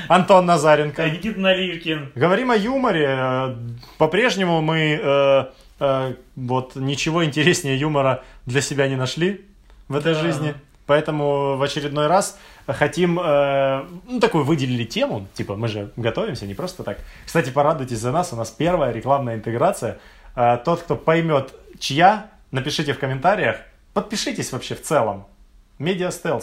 Антон Назаренко. Никита Наливкин. Говорим о юморе. По-прежнему мы вот ничего интереснее юмора для себя не нашли в этой жизни. Поэтому в очередной раз хотим, такую выделили тему, типа мы же готовимся, не просто так. Кстати, порадуйтесь за нас, у нас первая рекламная интеграция. Тот, кто поймет, чья, напишите в комментариях. Подпишитесь вообще в целом. Media Stealth.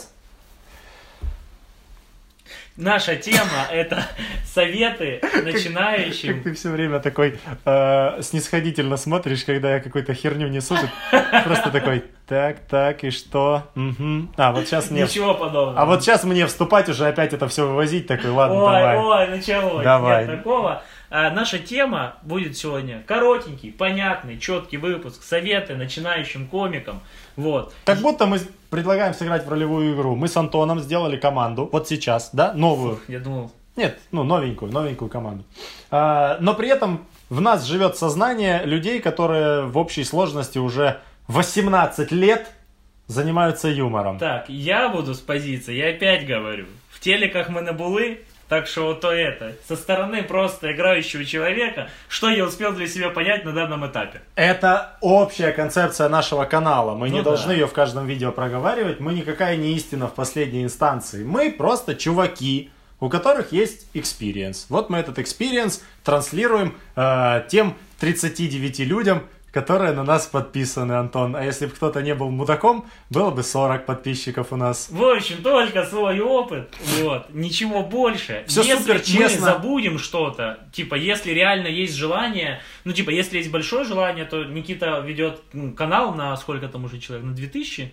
Наша тема – это советы начинающим. Как ты все время такой снисходительно смотришь, когда я какую-то херню несу. Просто такой, так, и что? Угу. Вот сейчас мне... Ничего подобного. А вот сейчас мне вступать уже опять это все вывозить. Такой, ладно, давай. Ой, началось. Давай. Нет такого. Наша тема будет сегодня коротенький, понятный, четкий выпуск. Советы начинающим комикам. Вот. Как будто мы предлагаем сыграть в ролевую игру. Мы с Антоном сделали команду. Вот сейчас, да? Новую. Я думал... Нет, новенькую команду. Но при этом в нас живет сознание людей, которые в общей сложности уже 18 лет занимаются юмором. Так, я буду с позиции, я опять говорю. В телеках мы набулы, так что вот это. Со стороны просто играющего человека, что я успел для себя понять на данном этапе. Это общая концепция нашего канала. Мы не должны ее в каждом видео проговаривать. Мы никакая не истина в последней инстанции. Мы просто чуваки, у которых есть experience. Вот мы этот experience транслируем тем 39 людям, которые на нас подписаны, Антон. А если бы кто-то не был мудаком, было бы 40 подписчиков у нас. В общем, только свой опыт, вот, ничего больше. Все супер честно. Если мы забудем что-то, типа, если реально есть желание, если есть большое желание, то Никита ведет канал на сколько там уже человек, на 2000?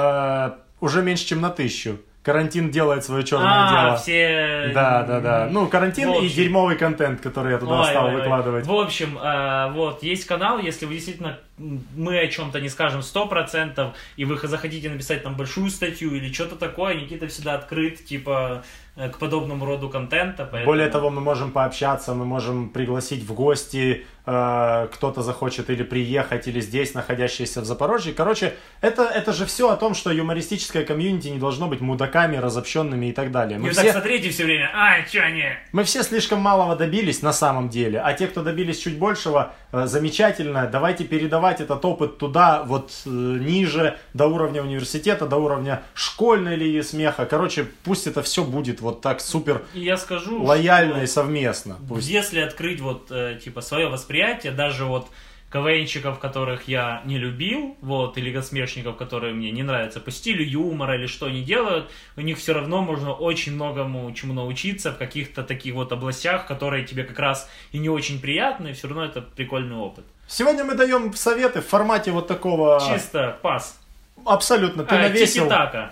Уже меньше, чем на 1000. Карантин делает свое черное дело. Все... Да. Карантин и дерьмовый контент, который я туда стал выкладывать. В общем, вот, есть канал, если вы действительно, мы о чем-то не скажем 100%, и вы захотите написать там большую статью или что-то такое, Никита всегда открыт, типа, к подобному роду контента. Поэтому... Более того, мы можем пообщаться, мы можем пригласить в гости, кто-то захочет или приехать, или здесь, находящийся в Запорожье. Короче, это же все о том, что юмористическое комьюнити не должно быть мудаками, разобщенными и так далее. Мы так смотрите все время, что они? Мы все слишком малого добились на самом деле, а те, кто добились чуть большего, замечательно. Давайте передавать этот опыт туда, вот ниже, до уровня университета, до уровня школьной лиги смеха. Короче, пусть это все будет вот так супер лояльно и совместно. Пусть. Если открыть вот типа свое восприятие, даже вот КВНщиков, которых я не любил, вот, или госмешников, которые мне не нравятся по стилю юмора или что они делают, у них все равно можно очень многому чему научиться в каких-то таких вот областях, которые тебе как раз и не очень приятны, и все равно это прикольный опыт. Сегодня мы даем советы в формате вот такого... Чисто пас. Абсолютно, ты навесил... Тики-така.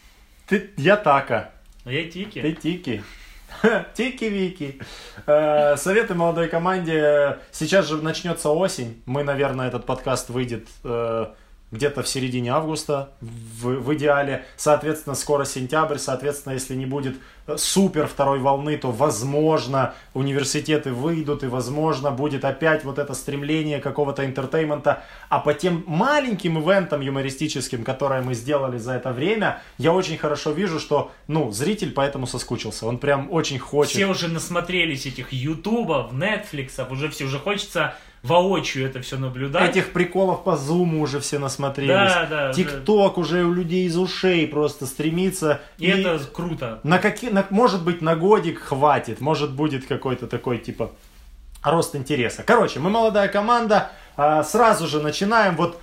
Я така. А я тики. Ты тики. Тики-вики. Советы молодой команде. Сейчас же начнется осень. Мы, наверное, этот подкаст выйдет где-то в середине августа в идеале. Соответственно, скоро сентябрь. Соответственно, если не будет супер второй волны, то, возможно, университеты выйдут, и, возможно, будет опять вот это стремление какого-то интертеймента. А по тем маленьким ивентам юмористическим, которые мы сделали за это время, я очень хорошо вижу, что, зритель поэтому соскучился. Он прям очень хочет. Все уже насмотрелись этих ютубов, нетфликсов, уже хочется воочию это все наблюдать. Этих приколов по зуму уже все насмотрелись. Да. ТикТок уже у людей из ушей просто стремится. И это круто. Может быть, на годик хватит. Может, будет какой-то такой, типа, рост интереса. Короче, мы молодая команда. Сразу же начинаем. Вот...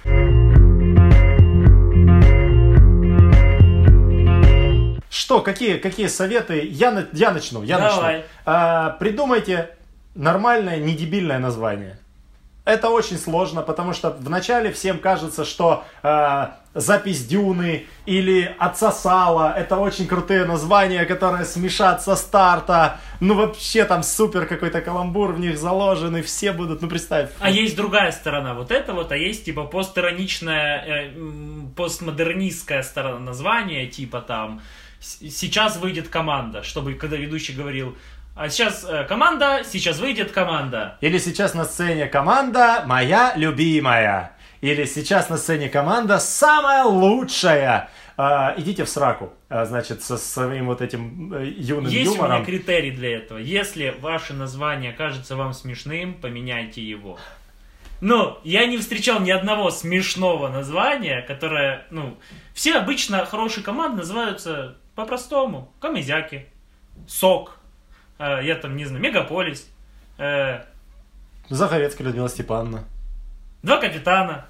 Что, какие советы? Я начну. Давай. Придумайте нормальное, не дебильное название. Это очень сложно, потому что вначале всем кажется, что «Запись Дюны» или «Отсосала» — это очень крутые названия, которые смешат со старта. Вообще там супер какой-то каламбур в них заложен, и все будут, представь. А есть другая сторона, а есть типа постироничная, постмодернистская сторона названия, типа там «Сейчас выйдет команда», чтобы когда ведущий говорил: а сейчас команда, сейчас выйдет команда. Или сейчас на сцене команда моя любимая. Или сейчас на сцене команда самая лучшая. Идите в сраку, значит, со своим вот этим юным Есть юмором. у меня критерий для этого. Если ваше название кажется вам смешным, поменяйте его. Но я не встречал ни одного смешного названия, которое, все обычно хорошие команды называются по-простому. Камызяки, СОК, я там не знаю, Мегаполис, Захарецкая Людмила Степановна. Два капитана.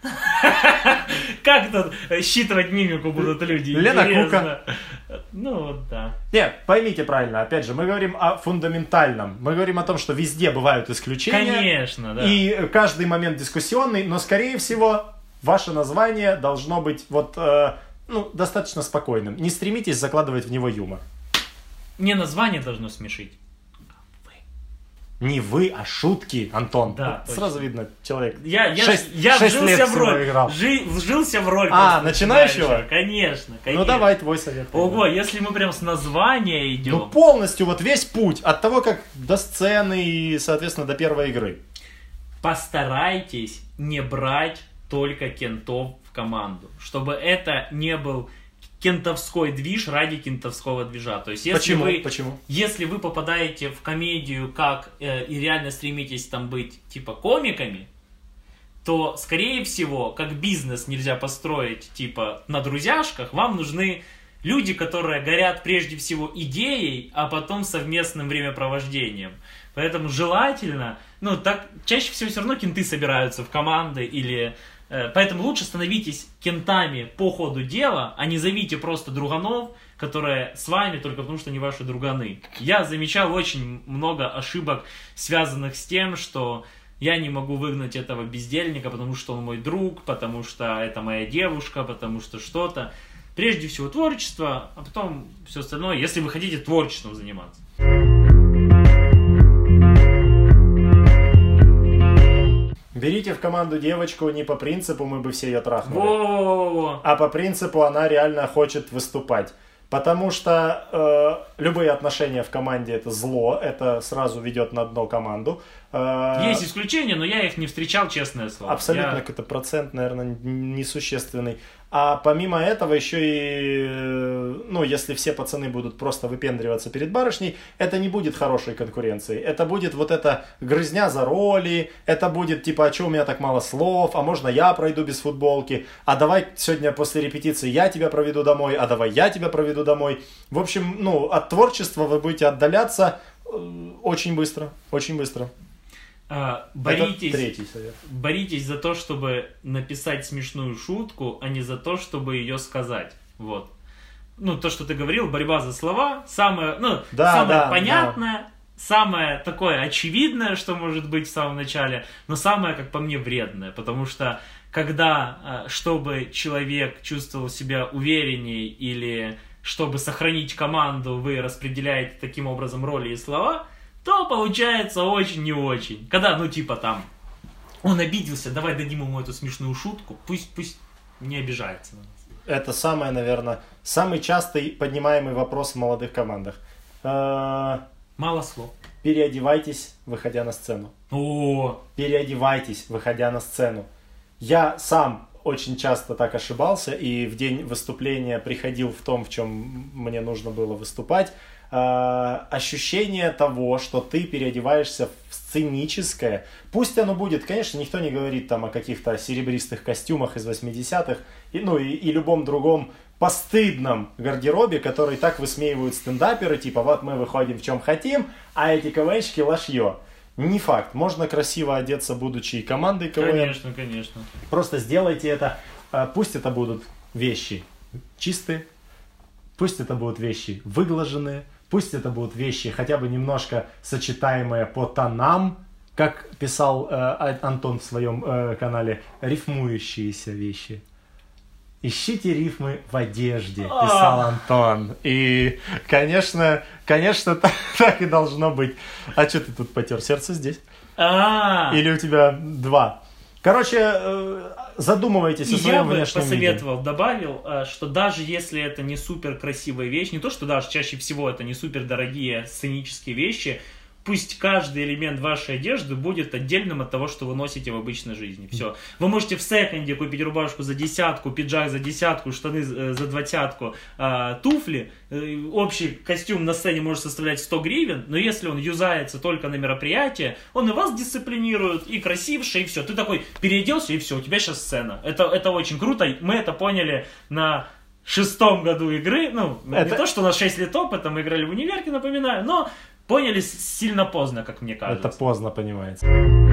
Как тут считывать мимику будут люди? Лена Интересно. Вот да. Нет, поймите правильно, опять же, мы говорим о фундаментальном. Мы говорим о том, что везде бывают исключения. Конечно, да. И каждый момент дискуссионный, но, скорее всего, ваше название должно быть достаточно спокойным. Не стремитесь закладывать в него юмор. Не название должно смешить. Не вы, а шутки, Антон. Да, вот сразу видно, человек. Я шесть лет вжился в всего роль. играл. Вжился в роль. начинающего? Конечно. Ну давай твой совет. Ого, если мы прям с названия идем. Ну полностью, вот весь путь, от того, как до сцены и, соответственно, до первой игры. Постарайтесь не брать только кентов в команду. Чтобы это не был кентовской движ ради кентовского движа. То есть, Почему? Если вы попадаете в комедию и реально стремитесь там быть типа комиками, то, скорее всего, как бизнес нельзя построить типа на друзьяшках, вам нужны люди, которые горят прежде всего идеей, а потом совместным времяпровождением. Поэтому желательно, так чаще всего все равно кенты собираются в команды или... Поэтому лучше становитесь кентами по ходу дела, а не зовите просто друганов, которые с вами только потому, что они ваши друганы. Я замечал очень много ошибок, связанных с тем, что я не могу выгнать этого бездельника, потому что он мой друг, потому что это моя девушка, потому что что-то. Прежде всего творчество, а потом все остальное, если вы хотите творчеством заниматься. Берите в команду девочку не по принципу «мы бы все ее трахнули», Во-во-во-во. а по принципу «она реально хочет выступать». Потому что любые отношения в команде это зло, это сразу ведет на дно команду. Есть исключения, но я их не встречал, честное слово. Абсолютно какой-то процент, наверное, несущественный. А помимо этого еще и, если все пацаны будут просто выпендриваться перед барышней, это не будет хорошей конкуренцией. Это будет вот эта грызня за роли, это будет типа, а что у меня так мало слов, а можно я пройду без футболки, а давай сегодня после репетиции я тебя проведу домой, а давай я тебя проведу домой. В общем, от творчества вы будете отдаляться очень быстро, очень быстро. Боритесь, это третий совет. Боритесь за то, чтобы написать смешную шутку, а не за то, чтобы ее сказать. Вот. То, что ты говорил, борьба за слова, самое понятное, самое такое очевидное, что может быть в самом начале, но самое, как по мне, вредное. Потому что, когда, чтобы человек чувствовал себя уверенней или чтобы сохранить команду, вы распределяете таким образом роли и слова, то получается очень не очень. Когда, он обиделся, давай дадим ему эту смешную шутку, пусть не обижается на нас. Это самый частый поднимаемый вопрос в молодых командах. Мало слов. Переодевайтесь, выходя на сцену. Переодевайтесь, выходя на сцену. Я сам очень часто так ошибался, и в день выступления приходил в том, в чем мне нужно было выступать. Ощущение того, что ты переодеваешься в сценическое. Пусть оно будет, конечно, никто не говорит там о каких-то серебристых костюмах из 80-х и любом другом постыдном гардеробе, который так высмеивают стендаперы, типа вот мы выходим в чем хотим, а эти КВНщики лошье. Не факт. Можно красиво одеться, будучи и командой КВН. Конечно. Просто сделайте это. Пусть это будут вещи чистые, пусть это будут вещи выглаженные, пусть это будут вещи хотя бы немножко сочетаемые по тонам, как писал Антон в своем канале, рифмующиеся вещи. Ищите рифмы в одежде, писал Антон. И, конечно, так и должно быть. А что ты тут потер? Сердце здесь? Или у тебя два? Короче, задумывайтесь о своем внешнем виде. Я бы посоветовал, добавил, что даже если это не супер красивая вещь, не то, что даже чаще всего это не супер дорогие сценические вещи, пусть каждый элемент вашей одежды будет отдельным от того, что вы носите в обычной жизни. Все. Вы можете в секонде купить рубашку за 10, пиджак за 10, штаны за 20, туфли. Общий костюм на сцене может составлять 100 гривен, но если он юзается только на мероприятие, он и вас дисциплинирует, и красивше, и все. Ты такой переоделся, и все, у тебя сейчас сцена. Это очень круто. Мы это поняли на 6-м году игры. Ну, не то, что у нас 6 лет опыта, мы играли в универке, напоминаю, но поняли сильно поздно, как мне кажется. Это поздно понимается.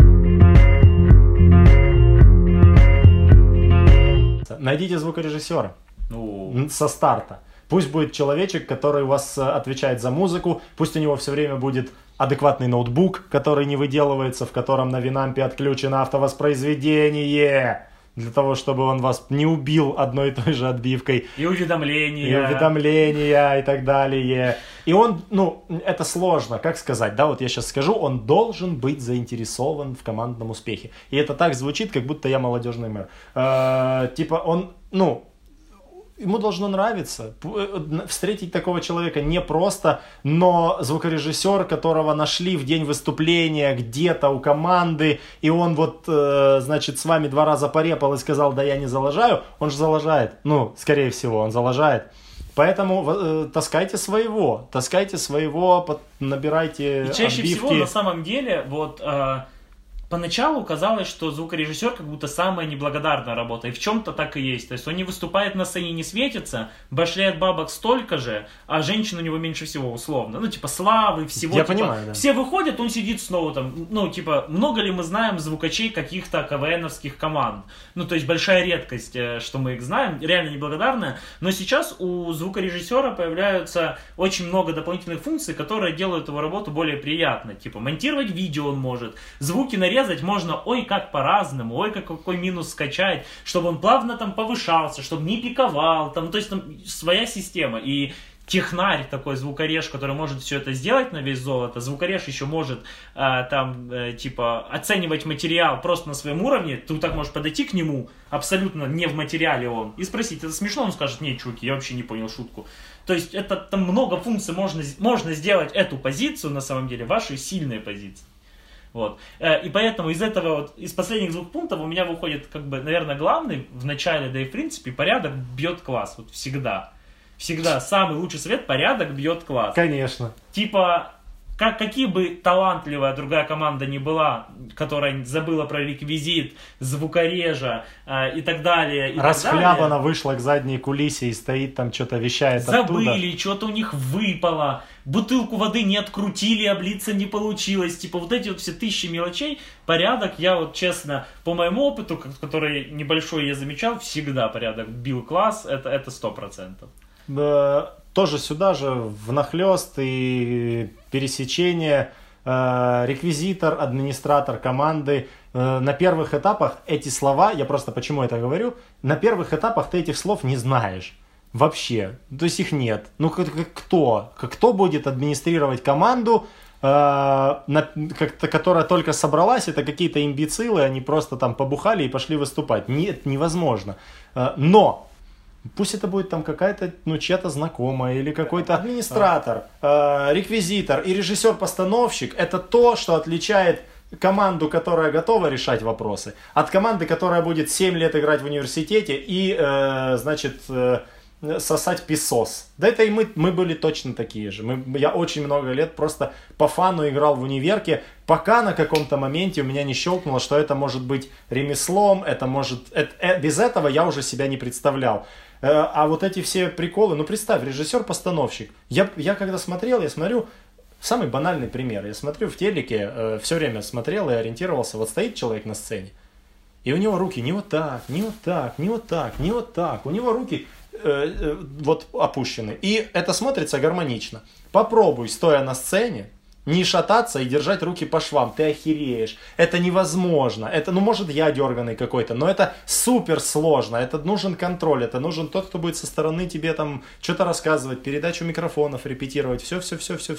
Найдите звукорежиссера со старта. Пусть будет человечек, который у вас отвечает за музыку, пусть у него все время будет адекватный ноутбук, который не выделывается, в котором на Винампе отключено автовоспроизведение, для того, чтобы он вас не убил одной и той же отбивкой. И уведомления. И уведомления, и так далее. И он, это сложно, как сказать, да, вот я сейчас скажу, он должен быть заинтересован в командном успехе. И это так звучит, как будто я молодежный мэр. Ему должно нравиться. Встретить такого человека непросто, но звукорежиссер, которого нашли в день выступления где-то у команды, и он с вами 2 раза порепал и сказал, да я не залажаю, он же залажает. Скорее всего, он залажает. Поэтому таскайте своего, набирайте отбивки. И чаще всего, на самом деле, поначалу казалось, что звукорежиссер как будто самая неблагодарная работа, и в чем-то так и есть. То есть он не выступает на сцене, не светится, башляет бабок столько же, а женщин у него меньше всего условно. Славы, всего. Я понимаю, да. Все выходят, он сидит снова там. Много ли мы знаем звукачей каких-то КВНовских команд? То есть большая редкость, что мы их знаем, реально неблагодарная. Но сейчас у звукорежиссера появляются очень много дополнительных функций, которые делают его работу более приятной. Монтировать видео он может, звуки нарезать можно, ой, как по-разному, ой, какой минус скачать, чтобы он плавно там повышался, чтобы не пиковал, то есть там своя система. И технарь такой, звукореж, который может все это сделать на вес золота, звукореж еще может оценивать материал просто на своем уровне, ты так можешь подойти к нему, абсолютно не в материале он, и спросить, это смешно? Он скажет, нет, чуваки, я вообще не понял шутку. То есть там много функций, можно сделать эту позицию, на самом деле, вашей сильной позицией. И поэтому из последних 2 пунктов у меня выходит, наверное, главный в начале, да и в принципе, порядок бьет класс. Всегда. Всегда самый лучший совет — порядок бьет класс. Конечно. Какие бы талантливая другая команда ни была, которая забыла про реквизит, звукорежа и так далее. Расхлябана вышла к задней кулисе и стоит там, что-то вещает оттуда. Забыли, что-то у них выпало, бутылку воды не открутили, облиться не получилось. Эти все тысячи мелочей. Порядок, я честно, по моему опыту, который небольшой я замечал, всегда порядок бил класс, это 100%. Да, тоже сюда же внахлёст и пересечение, реквизитор, администратор команды. На первых этапах эти слова, я просто почему это говорю, на первых этапах ты этих слов не знаешь. Вообще. То есть их нет. Кто будет администрировать команду, которая только собралась, это какие-то имбецилы, они просто там побухали и пошли выступать. Нет, невозможно. Но пусть это будет там какая-то, чья-то знакомая или какой-то администратор, реквизитор и режиссер-постановщик. Это то, что отличает команду, которая готова решать вопросы, от команды, которая будет 7 лет играть в университете и, сосать песос. Да это и мы были точно такие же. Я очень много лет просто по фану играл в универке, пока на каком-то моменте у меня не щелкнуло, что это может быть ремеслом, без этого я уже себя не представлял. А эти все приколы, представь, режиссер-постановщик. Я когда смотрел, я смотрю, самый банальный пример. Я смотрю в телеке, все время смотрел и ориентировался, стоит человек на сцене, и у него руки не вот так, не вот так, не вот так, не вот так. У него руки опущены. И это смотрится гармонично. Попробуй, стоя на сцене, не шататься и держать руки по швам. Ты охереешь. Это невозможно. Это, может, я дерганый какой-то, но это супер сложно. Это нужен контроль. Это нужен тот, кто будет со стороны тебе там что-то рассказывать, передачу микрофонов репетировать. Все.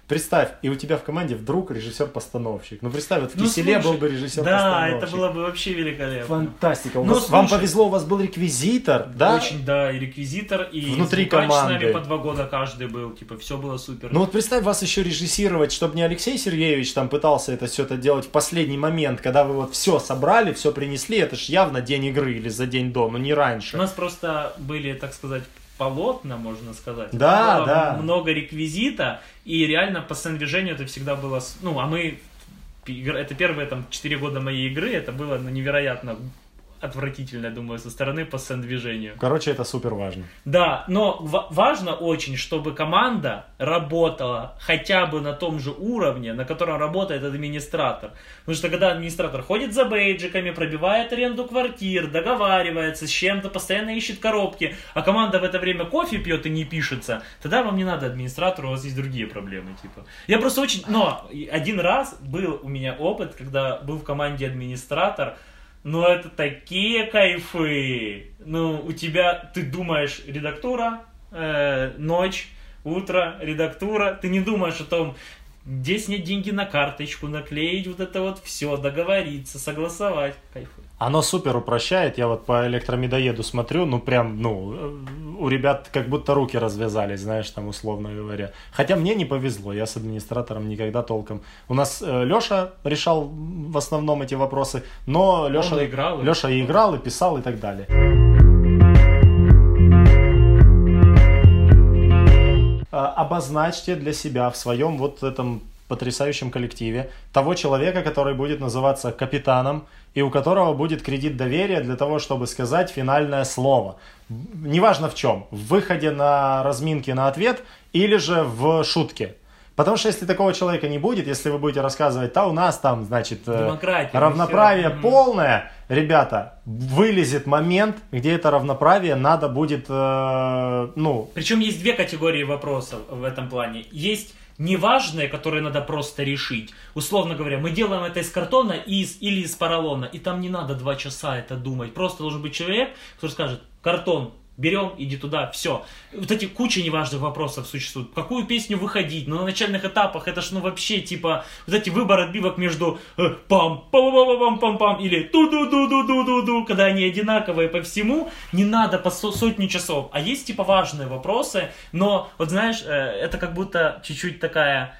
Представь, и у тебя в команде вдруг режиссер-постановщик. Ну, представь, вот в Киселе был бы режиссер-постановщик. Да, это было бы вообще великолепно. Фантастика. Вам повезло, у вас был реквизитор, да? Очень, да, и реквизитор, и внутри команды. По 2 года каждый был, типа, все было супер. Ну вот представь, вас еще режиссировать, чтобы не Алексей Сергеевич там пытался все это делать в последний момент, когда вы вот все собрали, все принесли, это ж явно день игры или за день до, но не раньше. У нас просто были, так сказать, полотна, можно сказать. Да, было да. Много реквизита, и реально по сцен-движению это всегда было... Ну, а мы... Это первые там 4 года моей игры, это было невероятно отвратительно, я думаю, со стороны по сцен-движению. Короче, это супер важно. Да, но важно очень, чтобы команда работала хотя бы на том же уровне, на котором работает администратор. Потому что когда администратор ходит за бейджиками, пробивает аренду квартир, договаривается с чем-то, постоянно ищет коробки, а команда в это время кофе пьет и не пишется, тогда вам не надо администратору, у вас есть другие проблемы. Типа. Я просто очень... Но один раз был у меня опыт, когда был в команде администратор. Ну, это такие кайфы. Ну, у тебя, ты думаешь, редактура, ночь, утро, редактура. Ты не думаешь о том, где снять деньги на карточку, наклеить вот это вот все, договориться, согласовать. Кайфы. Оно супер упрощает. Я вот по электромедоеду смотрю, ну, прям, ну, у ребят как будто руки развязались, знаешь, там, условно говоря. Хотя мне не повезло, я с администратором никогда толком. У нас Леша решал в основном эти вопросы, но Леша и играл, и писал, и так далее. Обозначьте для себя в своем вот этом потрясающем коллективе того человека, который будет называться капитаном, и у которого будет кредит доверия для того, чтобы сказать финальное слово. Неважно в чем. В выходе на разминке на ответ или же в шутке. Потому что если такого человека не будет, если вы будете рассказывать, да у нас там, значит, равноправие полное, ребята, вылезет момент, где это равноправие надо будет, ну... Причем есть 2 категории вопросов в этом плане. Есть неважные, которые надо просто решить. Условно говоря, мы делаем это из картона или из поролона, и там не надо 2 часа это думать. Просто должен быть человек, который скажет, картон, берем, иди туда, все. Вот эти куча неважных вопросов существуют. Какую песню выходить? Ну, на начальных этапах это ж, ну, вообще, типа, вот эти выборы отбивок между пам-пам-пам-пам-пам или ту-ду-ду-ду-ду-ду-ду, когда они одинаковые по всему, не надо по сотни часов. А есть, типа, важные вопросы, но, вот знаешь, это как будто чуть-чуть такая...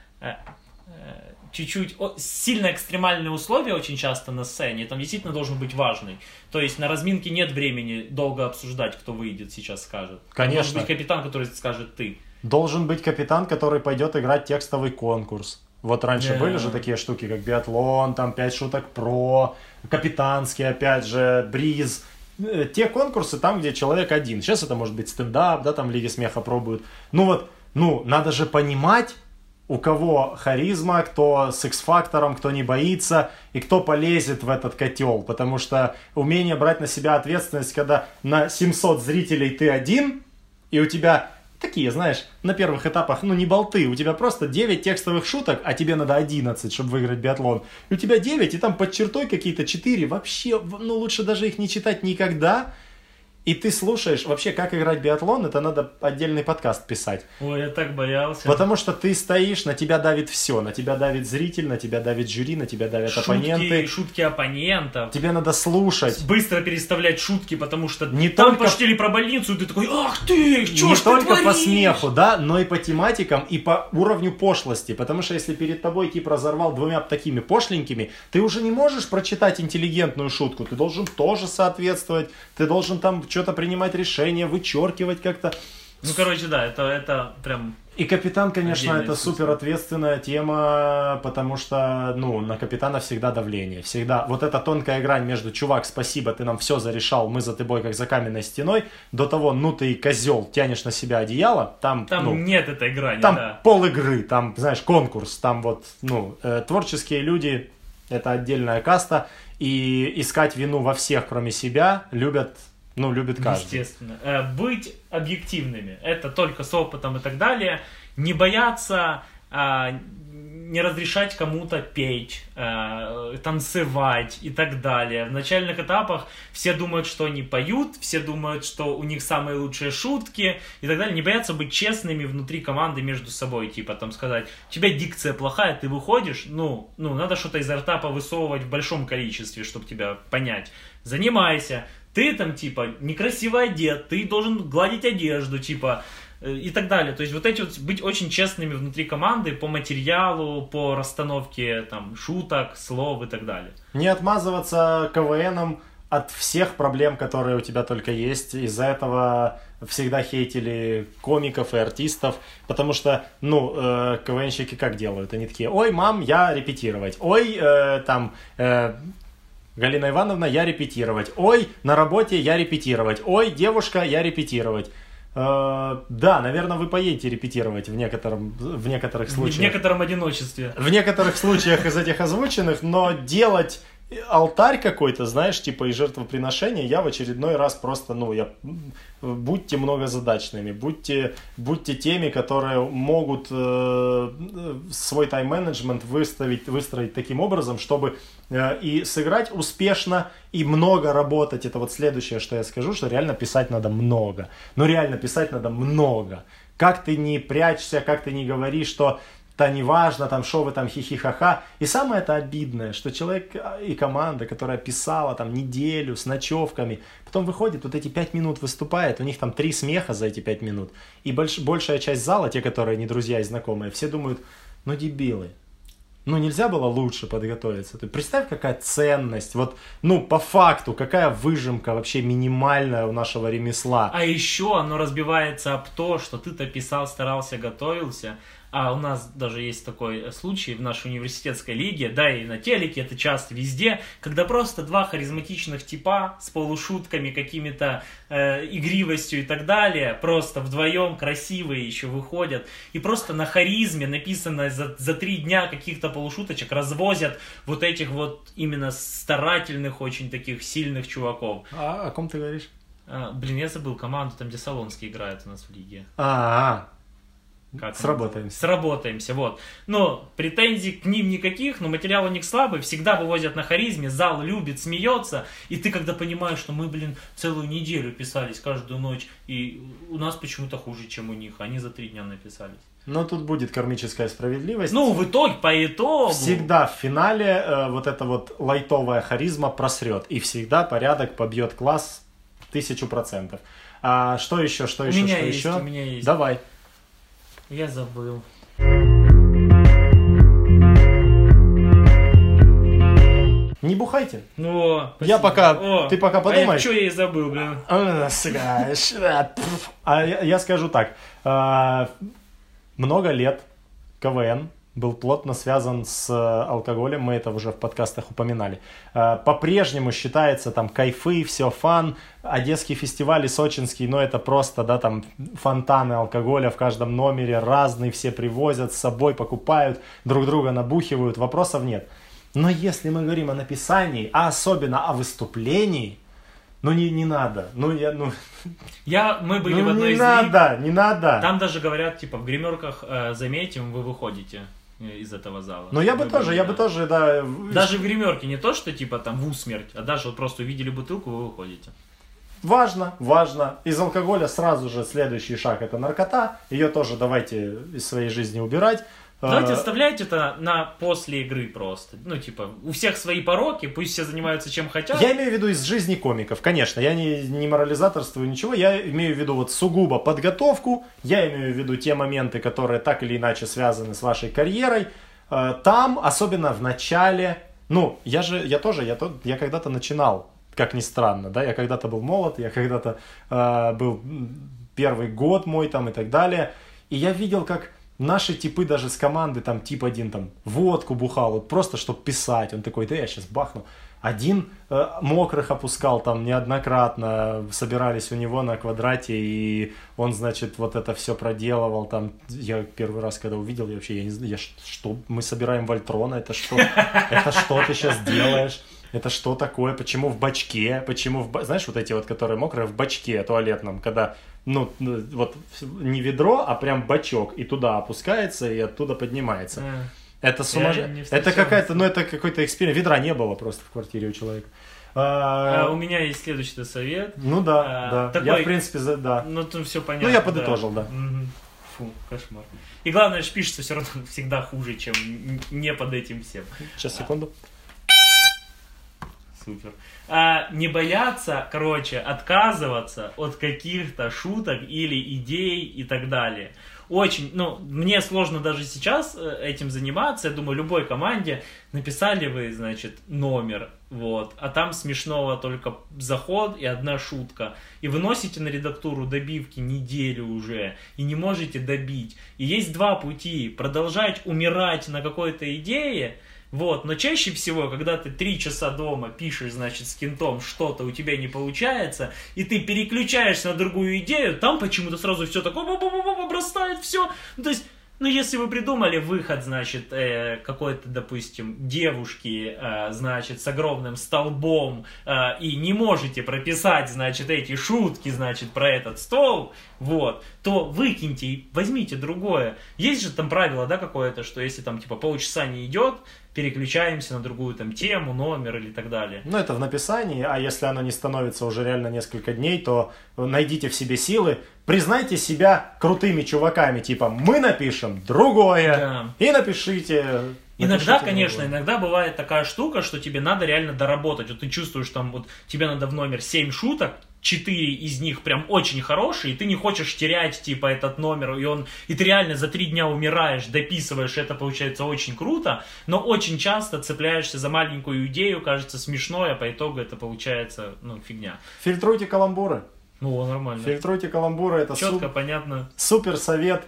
чуть-чуть сильно экстремальные условия очень часто на сцене, там действительно должен быть важный. То есть на разминке нет времени долго обсуждать, кто выйдет сейчас скажет. Конечно. Должен быть капитан, который скажет ты. Должен быть капитан, который пойдет играть текстовый конкурс. Вот раньше были же такие штуки, как биатлон, там 5 шуток про, капитанский, опять же, бриз. Те конкурсы там, где человек один. Сейчас это может быть стендап, да, там в Лиге смеха пробуют. Ну вот, ну, надо же понимать, у кого харизма, кто с X-фактором, кто не боится и кто полезет в этот котел. Потому что умение брать на себя ответственность, когда на 700 зрителей ты один, и у тебя такие, знаешь, на первых этапах, ну не болты, у тебя просто 9 текстовых шуток, а тебе надо 11, чтобы выиграть биатлон. И у тебя 9, и там под чертой какие-то 4, вообще, ну лучше даже их не читать никогда. И ты слушаешь, вообще, как играть биатлон, это надо отдельный подкаст писать. Ой, я так боялся. Потому что ты стоишь, на тебя давит все. На тебя давит зритель, на тебя давит жюри, на тебя давят оппоненты. Шутки оппонентов. Тебе надо слушать. Быстро переставлять шутки, потому что не там только... пошли про больницу, и ты такой, ах ты, что не ж ты только творишь? по смеху, да, но и по тематикам, и по уровню пошлости. Потому что если перед тобой тип разорвал 2 такими пошленькими, ты уже не можешь прочитать интеллигентную шутку. Ты должен тоже соответствовать. Ты должен там что-то принимать решения, вычеркивать как-то. Ну, короче, да, это прям... И капитан, конечно, это супер ответственная тема, потому что, ну, на капитана всегда давление. Всегда вот эта тонкая грань между «чувак, спасибо, ты нам все зарешал, мы за тобой как за каменной стеной», до того «ну ты козел, тянешь на себя одеяло», там ну, нет этой грани, там да. пол игры, там, знаешь, конкурс, там вот, ну, творческие люди, это отдельная каста, и искать вину во всех, кроме себя, любят... Ну, любит каждый. Естественно. Быть объективными. Это только с опытом и так далее. Не бояться не разрешать кому-то петь, танцевать и так далее. В начальных этапах все думают, что они поют, все думают, что у них самые лучшие шутки и так далее. Не боятся быть честными внутри команды между собой, типа там сказать, у тебя дикция плохая, ты выходишь, надо что-то изо рта повысовывать в большом количестве, чтобы тебя понять. Занимайся. Ты там, типа, некрасиво одет, ты должен гладить одежду, типа, и так далее. То есть вот эти вот быть очень честными внутри команды по материалу, по расстановке там шуток, слов и так далее. Не отмазываться КВНом от всех проблем, которые у тебя только есть. Из-за этого всегда хейтили комиков и артистов, потому что, КВНщики как делают? Они такие, ой, мам, я репетировать, ой, Галина Ивановна, я репетировать. Ой, на работе я репетировать. Ой, девушка, я репетировать. Да, наверное, вы поедете репетировать в некоторых случаях. В некотором одиночестве. В некоторых случаях из этих озвученных, но делать алтарь какой-то, знаешь, типа и жертвоприношение, я в очередной раз просто, будьте многозадачными, будьте теми, которые могут свой тайм-менеджмент выстроить таким образом, чтобы и сыграть успешно, и много работать. Это вот следующее, что я скажу, что реально писать надо много. Реально писать надо много. Как ты не прячешься, как ты не говоришь, что неважно, там, шо вы там, хихи-ха-ха. И самое это обидное, что человек и команда, которая писала там неделю с ночевками, потом выходит, вот эти 5 минут выступает, у них там 3 смеха за эти 5 минут. И большая часть зала, те, которые не друзья и знакомые, все думают, дебилы. Нельзя было лучше подготовиться. Ты представь, какая ценность, по факту, какая выжимка вообще минимальная у нашего ремесла. А еще оно разбивается об то, что ты-то писал, старался, готовился. А у нас даже есть такой случай в нашей университетской лиге, да и на телеке, это часто везде, когда просто 2 харизматичных типа с полушутками, какими-то игривостью и так далее, просто вдвоем красивые еще выходят, и просто на харизме, написанной за 3 дня каких-то полушуточек, развозят вот этих вот именно старательных, очень таких сильных чуваков. О ком ты говоришь? Я забыл команду, там где Солонский играет у нас в лиге. Сработаемся, вот. Но претензий к ним никаких, но материал у них слабый, всегда вывозят на харизме, зал любит, смеется, и ты когда понимаешь, что мы, целую неделю писались каждую ночь, и у нас почему-то хуже, чем у них, они за 3 дня написались. Но тут будет кармическая справедливость. В итоге, по итогу... Всегда в финале вот эта вот лайтовая харизма просрет, и всегда порядок побьет класс 1000%. А что еще? У меня есть. Давай. Я забыл. Не бухайте. Я пока... Ты пока подумай. Что я и забыл, блин. Я скажу так. Много лет КВН был плотно связан с алкоголем, мы это уже в подкастах упоминали. По-прежнему считается там кайфы, все фан, Одесский фестиваль и сочинский, это просто, там фонтаны алкоголя в каждом номере, разные, все привозят с собой, покупают, друг друга набухивают, вопросов нет. Но если мы говорим о написании, а особенно о выступлении, не надо. Мы были в одной из не надо. Там даже говорят, в гримерках заметим, вы выходите из этого зала. Я бы тоже, да. Даже в гримерке не то, что там в усмерть, а даже просто увидели бутылку, вы выходите. Важно. Из алкоголя сразу же следующий шаг — это наркота. Ее тоже давайте из своей жизни убирать. Давайте оставляйте это на после игры просто. У всех свои пороки, пусть все занимаются чем хотят. Я имею в виду из жизни комиков, конечно. Я не морализаторствую, ничего. Я имею в виду сугубо подготовку. Я имею в виду те моменты, которые так или иначе связаны с вашей карьерой. Там, особенно в начале... Я когда-то начинал, как ни странно, да. Я когда-то был молод, я когда-то был первый год мой там и так далее. И я видел, как... Наши типы даже с команды, тип один, водку бухал, просто чтобы писать. Он такой, да я сейчас бахну. Один мокрых опускал неоднократно, собирались у него на квадрате, и он, значит, вот это все проделывал. Я первый раз, когда увидел, я не знаю, что мы собираем Вольтрона, это что? Это что ты сейчас делаешь? Это что такое? Почему в бачке? Знаешь, вот эти вот, которые мокрые, в бачке туалетном, когда... вот не ведро, а прям бачок, и туда опускается, и оттуда поднимается. Это сумасшедшее. Это какая-то, ну это какой-то эксперимент. Ведра не было просто в квартире у человека. У меня есть следующий совет. Ну да. Такой, я в принципе, да. Ну тут все понятно. Ну я подытожил, да. Фу, кошмар. И главное, что пишется все равно всегда хуже, чем не под этим всем. Сейчас, секунду. Супер. Не бояться, короче, отказываться от каких-то шуток или идей и так далее. Очень, ну, мне сложно даже сейчас этим заниматься. Я думаю, любой команде написали вы, значит, номер, вот, а там смешного только заход и одна шутка. И вы носите на редактуру добивки неделю уже, и не можете добить. И есть два пути: продолжать умирать на какой-то идее, вот, но чаще всего, когда ты 3 часа дома пишешь, значит, с кентом что-то у тебя не получается, и ты переключаешься на другую идею, там почему-то сразу все такое обрастает, все. Ну, то есть, ну, если вы придумали выход, значит, какой-то, допустим, девушки, значит, с огромным столбом, и не можете прописать, значит, эти шутки, значит, про этот стол, вот, то выкиньте и возьмите другое. Есть же там правило, да, какое-то, что если там, типа, полчаса не идет, переключаемся на другую там тему, номер или так далее. Ну, это в написании, а если оно не становится уже реально несколько дней, то найдите в себе силы, признайте себя крутыми чуваками, типа мы напишем другое, да. И напишите. Иногда, конечно, иногда бывает такая штука, что тебе надо реально доработать. Вот ты чувствуешь, там, вот тебе надо в номер 7 шуток, 4 из них прям очень хорошие, и ты не хочешь терять, типа, этот номер, и ты реально за 3 дня умираешь, дописываешь, это получается очень круто, но очень часто цепляешься за маленькую идею, кажется смешной, а по итогу это получается, ну, фигня. Фильтруйте каламбуры. Ну, нормально. Фильтруйте каламбуры, это четко, понятно. Супер совет.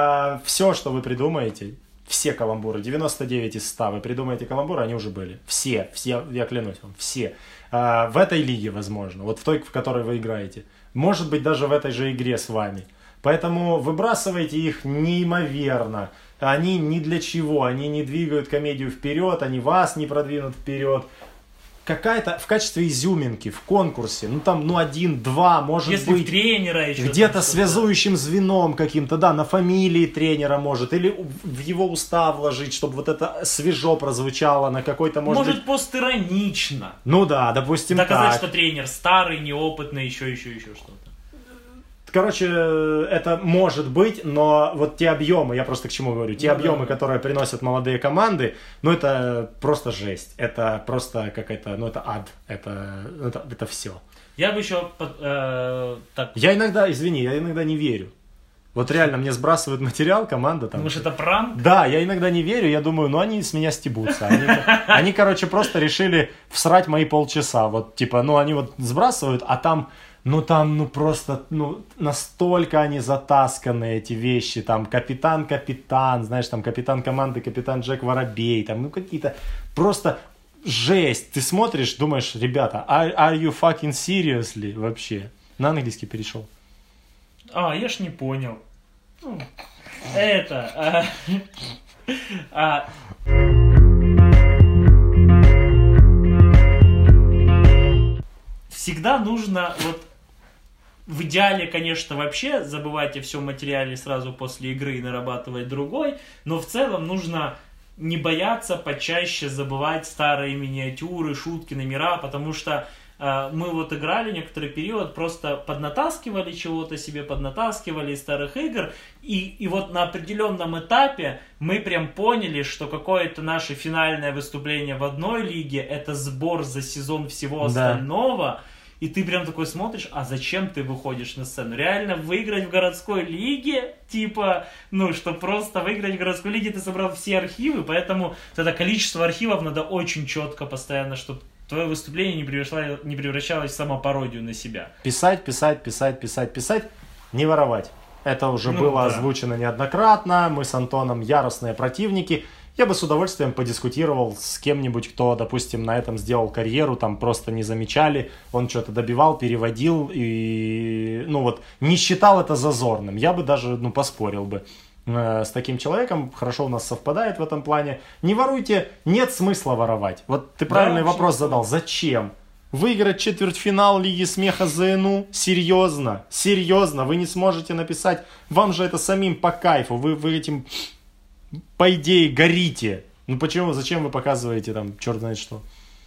Все, что вы придумаете, все каламбуры, 99 из 100, вы придумаете каламбуры, они уже были. Все, я клянусь вам, все. В этой лиге, возможно, вот в той, в которой вы играете. Может быть, даже в этой же игре с вами. Поэтому выбрасывайте их неимоверно. Они ни для чего, они не двигают комедию вперед, они вас не продвинут вперед. Какая-то в качестве изюминки в конкурсе, ну там, ну 1-2, может если быть, тренера еще где-то связующим звеном каким-то, да, на фамилии тренера может, или в его устав вложить, чтобы вот это свежо прозвучало на какой-то, может быть... постиронично. Ну да, допустим, доказать, так. что тренер старый, неопытный, еще что-то. Короче, это может быть, но вот те объемы, я просто к чему говорю, те объемы, которые приносят молодые команды, ну это просто жесть, это просто какая-то, ну это ад, это все. Я бы еще так... Я иногда не верю. Вот реально, мне сбрасывают материал, команда там... Думаешь, это пранк? Да, я иногда не верю, я думаю, ну они с меня стебутся. Они, короче, просто решили всрать мои полчаса. Вот, типа, ну они вот сбрасывают, а там... Ну там, ну просто, ну настолько они затасканы, эти вещи, там капитан, знаешь, там капитан команды, капитан Джек Воробей, там, ну какие-то просто жесть. Ты смотришь, думаешь, ребята, are you fucking seriously вообще? На английский перешел. Я ж не понял. Всегда нужно вот в идеале, конечно, вообще забывать о всем материале сразу после игры и нарабатывать другой, но в целом нужно не бояться почаще забывать старые миниатюры, шутки, номера, потому что мы вот играли некоторый период, просто поднатаскивали чего-то себе, поднатаскивали из старых игр, и вот на определенном этапе мы прям поняли, что какое-то наше финальное выступление в одной лиге — это сбор за сезон всего остального. И ты прям такой смотришь, а зачем ты выходишь на сцену? Реально выиграть в городской лиге? Типа, ну, что просто выиграть в городской лиге ты собрал все архивы, поэтому это количество архивов надо очень четко постоянно, чтобы твое выступление не превращалось в самопародию на себя. Писать, не воровать. Это уже было озвучено неоднократно, мы с Антоном яростные противники. Я бы с удовольствием подискутировал с кем-нибудь, кто, допустим, на этом сделал карьеру, там просто не замечали, он что-то добивал, переводил и, ну вот, не считал это зазорным. Я бы даже, ну, поспорил бы с таким человеком, хорошо у нас совпадает в этом плане. Не воруйте, нет смысла воровать. Вот ты правильный вопрос задал, зачем? Выиграть четвертьфинал Лиги Смеха ЗНУ? Серьезно, вы не сможете написать, вам же это самим по кайфу, вы этим... по идее, горите. Ну почему, зачем вы показываете там, черт знает что?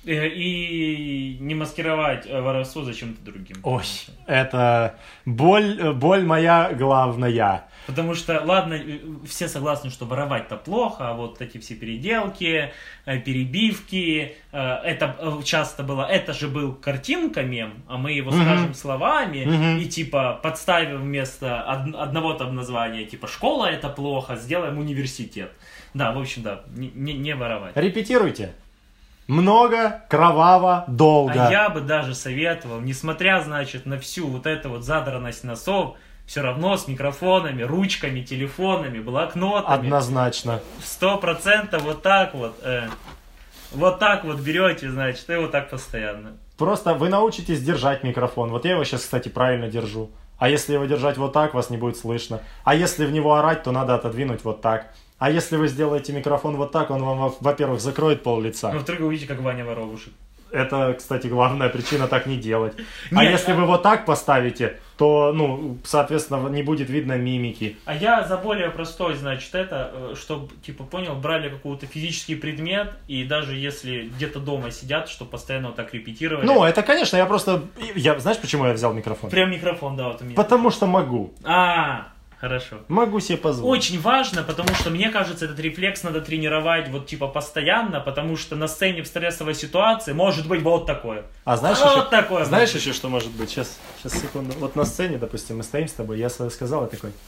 И не маскировать воровство зачем-то другим. Ой, это боль моя главная. Потому что, ладно, все согласны, что воровать-то плохо, а вот эти все переделки, перебивки, это часто было, это же был картинка мем, а мы его скажем словами, и типа подставим вместо одного там названия, типа школа это плохо, сделаем университет. Да, в общем, да, не воровать. Репетируйте. Много, кроваво, долго. А я бы даже советовал, несмотря, значит, на всю вот эту вот задранность носов, все равно с микрофонами, ручками, телефонами, блокнотами. Однозначно. 100% вот так вот. Вот так вот берете, значит, и вот так постоянно. Просто вы научитесь держать микрофон. Вот я его сейчас, кстати, правильно держу. А если его держать вот так, вас не будет слышно. А если в него орать, то надо отодвинуть вот так. А если вы сделаете микрофон вот так, он вам, во-первых, закроет пол лица. Ну, вдруг вы увидите, как Ваня Воробушек. Это, кстати, главная причина так не делать. А если вы вот так поставите, то, ну, соответственно, не будет видно мимики. А я за более простой, значит, это, чтобы, типа, понял, брали какой-то физический предмет, и даже если где-то дома сидят, чтобы постоянно вот так репетировали. Ну, это, конечно, знаешь, почему я взял микрофон? Прям микрофон, да, вот у меня. Потому что могу. Хорошо. Могу себе позволить. Очень важно, потому что, мне кажется, этот рефлекс надо тренировать вот типа постоянно, потому что на сцене в стрессовой ситуации может быть вот такое. А знаешь, вот еще, такое. Знаешь еще, что может быть? Сейчас, секунду. Вот на сцене, допустим, мы стоим с тобой, я свое сказал, и такой.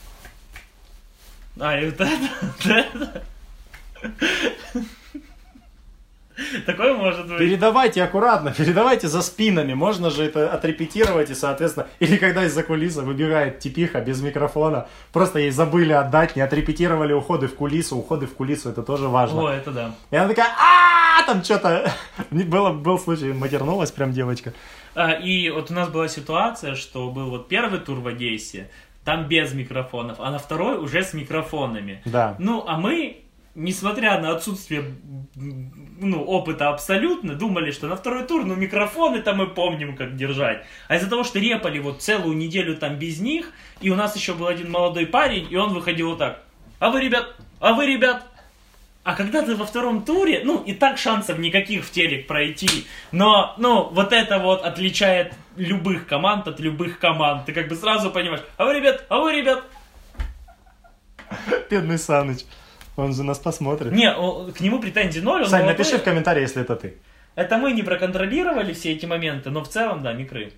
И вот это. Такое может быть. Передавайте аккуратно, передавайте за спинами. Можно же это отрепетировать и, соответственно... Или когда из-за кулисы выбегает типиха без микрофона, просто ей забыли отдать, не отрепетировали уходы в кулису. Уходы в кулису, это тоже важно. О, это да. И она такая, там что-то... Был случай, матернулась прям девочка. И вот у нас была ситуация, что был вот первый тур в Одессе, там без микрофонов, а на второй уже с микрофонами. Да. Ну, а мы... Несмотря на отсутствие опыта абсолютно, думали, что на второй тур, микрофоны-то мы помним, как держать. А из-за того, что репали вот целую неделю там без них, и у нас еще был один молодой парень, и он выходил вот так. А вы, ребят? А когда ты во втором туре, и так шансов никаких в телек пройти, но, вот это вот отличает любых команд от любых команд. Ты как бы сразу понимаешь, а вы, ребят? Бедный Саныч. Он же нас посмотрит. Не, к нему претензий ноль. Сань, напиши в комментарии, если это ты. Это мы не проконтролировали все эти моменты, но в целом, да, микры.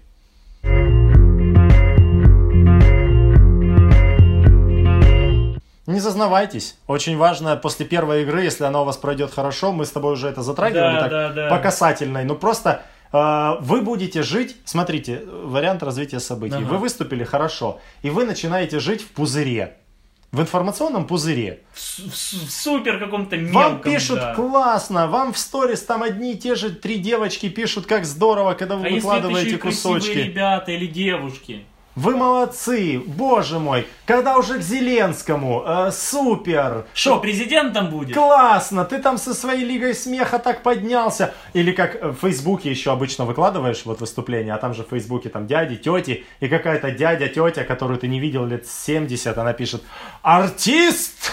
Не зазнавайтесь. Очень важно после первой игры, если она у вас пройдет хорошо, мы с тобой уже это затрагивали по касательной. Просто вы будете жить, смотрите, вариант развития событий. Ага. Вы выступили хорошо, и вы начинаете жить в пузыре. В информационном пузыре. В супер каком-то мелком. Вам пишут классно, вам в сторис там одни и те же 3 девочки пишут, как здорово, когда вы выкладываете кусочки. Красивые ребята или девушки. Вы молодцы, боже мой, когда уже к Зеленскому, супер. Что, президентом будет? Классно, ты там со своей лигой смеха так поднялся. Или как в Фейсбуке еще обычно выкладываешь вот выступление, а там же в Фейсбуке там дяди, тети, и какая-то дядя, тетя, которую ты не видел лет 70, она пишет: артист!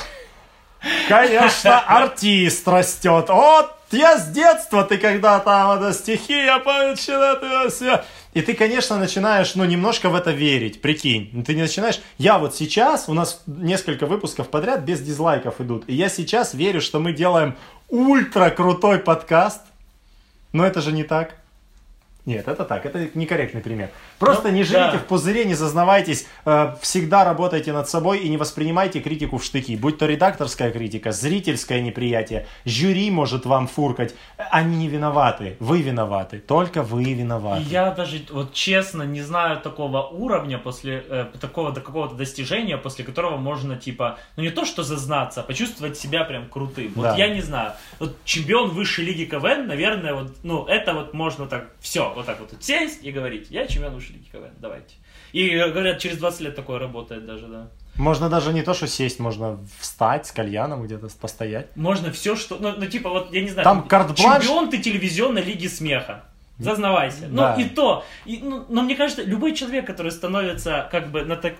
Конечно, артист растет. Вот я с детства, ты когда там стихи, я получил. И ты, конечно, начинаешь, немножко в это верить, прикинь. Ты не начинаешь... Я вот сейчас, у нас несколько выпусков подряд без дизлайков идут, и я сейчас верю, что мы делаем ультра крутой подкаст, но это же не так. Нет, это так, это некорректный пример. Просто не живите в пузыре, не зазнавайтесь, всегда работайте над собой и не воспринимайте критику в штыки. Будь то редакторская критика, зрительское неприятие, жюри может вам фуркать. Они не виноваты, вы виноваты, только вы виноваты. Я даже, вот честно, не знаю такого уровня, после такого до какого-то достижения, после которого можно, не то что зазнаться, а почувствовать себя прям крутым. Вот я не знаю. Вот чемпион высшей лиги КВН, наверное, это вот можно так, все. Вот так вот сесть и говорить: я чемпион высшей лиги КВН, давайте. И говорят, через 20 лет такое работает даже, да. Можно даже не то, что сесть, можно встать с кальяном где-то, постоять. Можно все, что... вот, я не знаю. Там карт-бланш... Чемпион ты телевизионной лиги смеха. Зазнавайся. Да. Но мне кажется, любой человек, который становится как бы на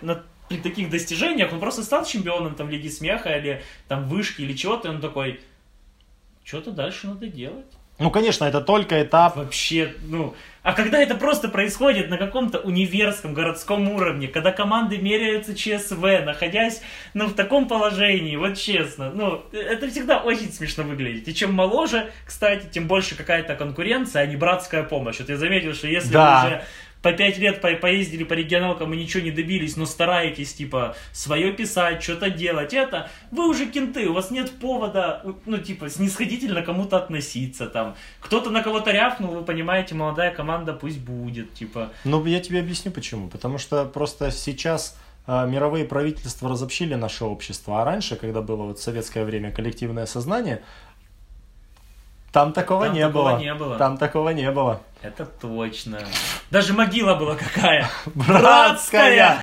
при таких достижениях, он просто стал чемпионом там Лиги Смеха или там Вышки или чего-то, и он такой, что-то дальше надо делать. Ну, конечно, это только этап. Вообще, ну... А когда это просто происходит на каком-то универском, городском уровне, когда команды меряются ЧСВ, находясь, ну, в таком положении, вот честно, ну, это всегда очень смешно выглядит. И чем моложе, кстати, тем больше какая-то конкуренция, а не братская помощь. Вот я заметил, что если вы уже по 5 лет поездили по регионалкам и ничего не добились, но стараетесь, типа, свое писать, что-то делать, это, вы уже кенты, у вас нет повода, ну, типа, снисходительно кому-то относиться, там. Кто-то на кого-то рявкнул, вы понимаете, молодая команда пусть будет, типа. Ну, я тебе объясню почему. Потому что просто сейчас мировые правительства разобщили наше общество, а раньше, когда было вот в советское время коллективное сознание, там такого не было. Там такого не было. Это точно. Даже могила была какая? Братская!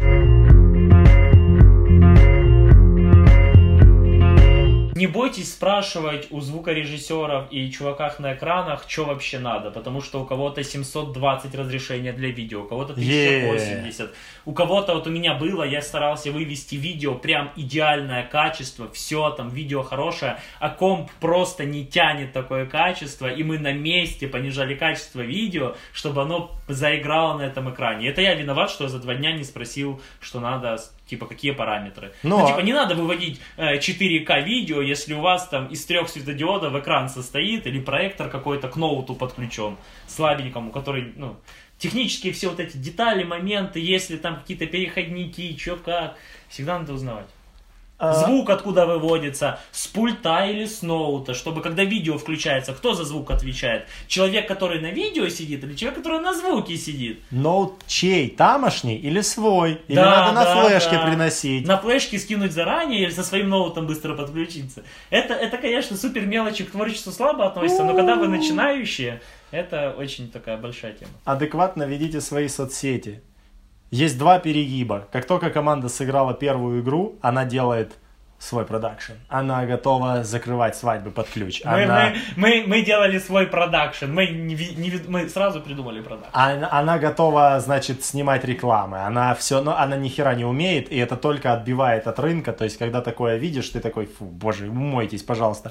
Не бойтесь спрашивать у звукорежиссеров и чуваках на экранах, что вообще надо, потому что у кого-то 720 разрешения для видео, у кого-то 1080, у кого-то, вот у меня было, я старался вывести видео, прям идеальное качество, все там, видео хорошее, а комп просто не тянет такое качество, и мы на месте понижали качество видео, чтобы оно заиграло на этом экране. Это я виноват, что я за 2 дня не спросил, что надо, типа, какие параметры. Ну, типа, не надо выводить 4К видео, если у вас там из 3 светодиодов экран состоит, или проектор какой-то к ноуту подключен, слабенькому, который, ну, технические все вот эти детали, моменты, если там какие-то переходники, что как, всегда надо узнавать. Звук откуда выводится, с пульта или с ноута, чтобы когда видео включается, кто за звук отвечает? Человек, который на видео сидит, или человек, который на звуке сидит? Ноут чей? Тамошний или свой? Или надо на флешке приносить? На флешке скинуть заранее или со своим ноутом быстро подключиться. Это, конечно, супер мелочи, к творчеству слабо относится, но когда вы начинающие, это очень такая большая тема. Адекватно ведите свои соцсети. Есть 2 перегиба. Как только команда сыграла первую игру, она делает свой продакшн. Она готова закрывать свадьбы под ключ. Мы делали свой продакшн. Мы сразу придумали продакшн. Она готова, значит, снимать рекламы. Она все, но она ни хера не умеет, и это только отбивает от рынка. То есть, когда такое видишь, ты такой, фу, боже, умойтесь, пожалуйста.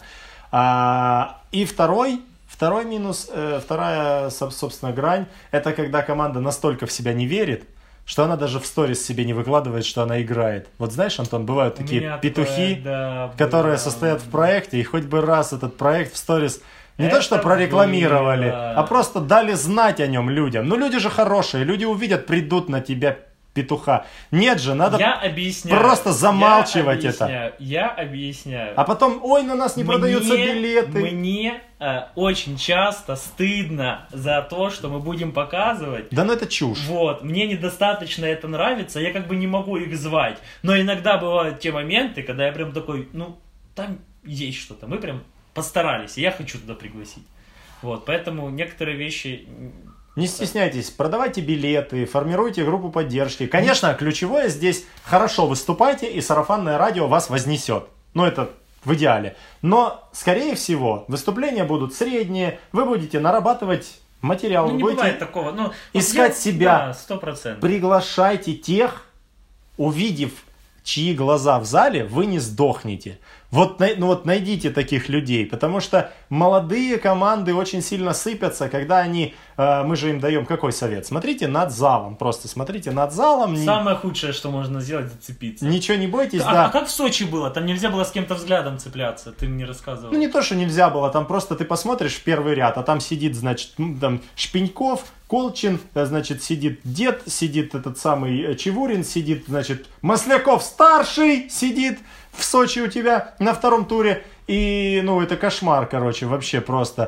И второй минус, вторая, собственно, грань, это когда команда настолько в себя не верит, что она даже в сторис себе не выкладывает, что она играет. Вот знаешь, Антон, бывают такие петухи, которые состоят в проекте, и хоть бы раз этот проект в сторис не то что прорекламировали, а просто дали знать о нем людям. Ну люди же хорошие, люди увидят, придут на тебя, петуха. Нет же, надо просто замалчивать это. Я объясняю. А потом, ой, на нас не продаются билеты. Мне очень часто стыдно за то, что мы будем показывать. Да ну это чушь. Вот, мне недостаточно это нравится, я как бы не могу их звать. Но иногда бывают те моменты, когда я прям такой, ну, там есть что-то, мы прям постарались, и я хочу туда пригласить. Вот, поэтому некоторые вещи... Не стесняйтесь, продавайте билеты, формируйте группу поддержки. Конечно, ключевое здесь хорошо выступайте, и сарафанное радио вас вознесет. Ну, это в идеале. Но, скорее всего, выступления будут средние, вы будете нарабатывать материал, не будете бывает такого. Ну, искать себя. Да, 100%. Приглашайте тех, увидев, чьи глаза в зале, вы не сдохнете. Вот найдите таких людей, потому что молодые команды очень сильно сыпятся, когда они, мы же им даем какой совет? Смотрите над залом, просто смотрите над залом. Самое худшее, что можно сделать, зацепиться. Ничего не бойтесь, А как в Сочи было? Там нельзя было с кем-то взглядом цепляться, ты мне рассказывал. Ну не то, что нельзя было, там просто ты посмотришь в первый ряд, а там сидит, значит, там Шпеньков, Колчин, значит, сидит дед, сидит этот самый Чевурин, сидит, значит, Масляков старший сидит в Сочи у тебя на 2-м туре. И, ну, это кошмар, короче, вообще просто.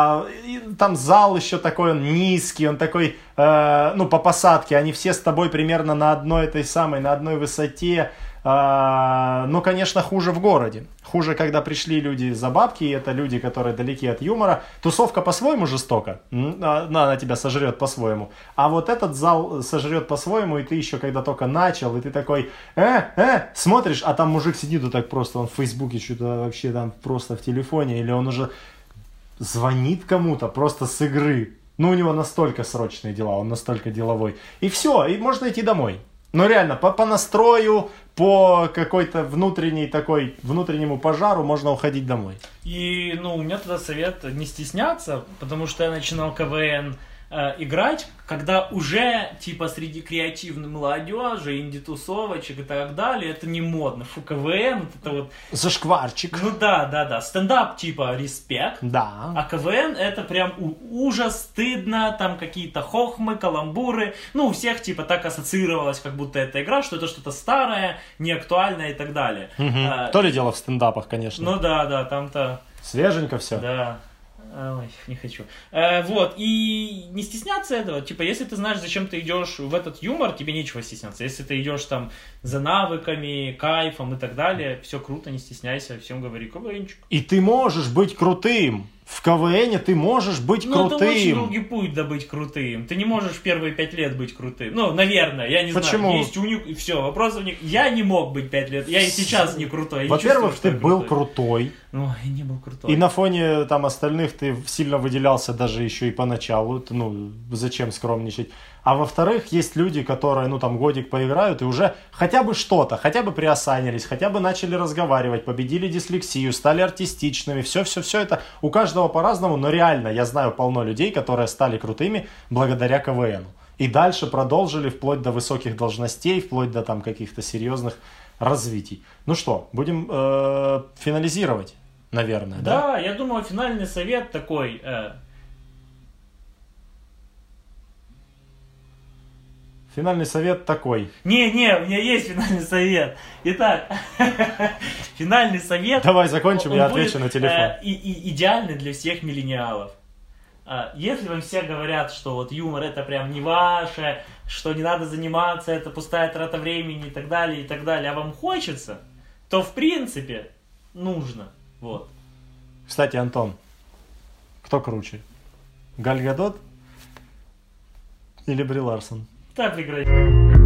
Там зал еще такой, он низкий, он такой, по посадке, они все с тобой примерно на одной высоте. Но, конечно, хуже в городе. Хуже, когда пришли люди за бабки, и это люди, которые далеки от юмора. Тусовка по-своему жестока, она тебя сожрет по-своему. А вот этот зал сожрет по-своему, и ты еще когда только начал, и ты такой, смотришь, а там мужик сидит вот так просто, он в Фейсбуке что-то вообще там просто в телефоне, или он уже звонит кому-то просто с игры. Ну, у него настолько срочные дела, он настолько деловой. И все, и можно идти домой. Ну реально, по настрою, по какой-то внутреннему пожару можно уходить домой. И, ну, у меня тогда совет не стесняться, потому что я начинал КВН играть, когда уже, типа, среди креативной молодежи, инди-тусовочек и так далее, это не модно. Фу, КВН, вот это вот... Зашкварчик. Ну да. Стендап, типа, респект. Да. А КВН это прям ужас, стыдно, там какие-то хохмы, каламбуры. Ну, у всех, типа, так ассоциировалось, как будто это игра, что это что-то старое, неактуальное и так далее. То ли дело в стендапах, конечно. Ну да, там-то... Свеженько все. Да. Ой, не хочу. Вот, и не стесняться этого. Типа, если ты знаешь, зачем ты идешь в этот юмор, тебе нечего стесняться. Если ты идешь там за навыками, кайфом и так далее, все круто, не стесняйся, всем говори КВНчик. И ты можешь быть крутым. В КВНе ты можешь быть крутым. Ну, это очень долгий путь, да, быть крутым. Ты не можешь в первые 5 лет быть крутым. Ну, наверное, я не Почему? знаю. Есть у них, и все, вопрос у них. Я не мог быть 5 лет, я и сейчас не крутой. Во-первых, ты был крутой. Ну, я не был крутой. И на фоне там остальных ты сильно выделялся даже еще и поначалу. Ну, зачем скромничать? А во-вторых, есть люди, которые, ну, там, годик поиграют и уже хотя бы что-то, хотя бы приосанились, хотя бы начали разговаривать, победили дислексию, стали артистичными, все это у каждого по-разному, но реально я знаю полно людей, которые стали крутыми благодаря КВНу. И дальше продолжили вплоть до высоких должностей, вплоть до там каких-то серьезных развитий. Ну что, будем финализировать, наверное, да? Да, я думаю, финальный совет такой... Финальный совет такой. Не, у меня есть финальный совет. Итак, финальный совет... Давай закончим, я отвечу на телефон. Идеальный для всех миллениалов. Если вам все говорят, что вот юмор это прям не ваше, что не надо заниматься, это пустая трата времени и так далее, а вам хочется, то в принципе нужно. Вот. Кстати, Антон, кто круче? Галь Гадот или Бри Ларсон? Так, прекрати.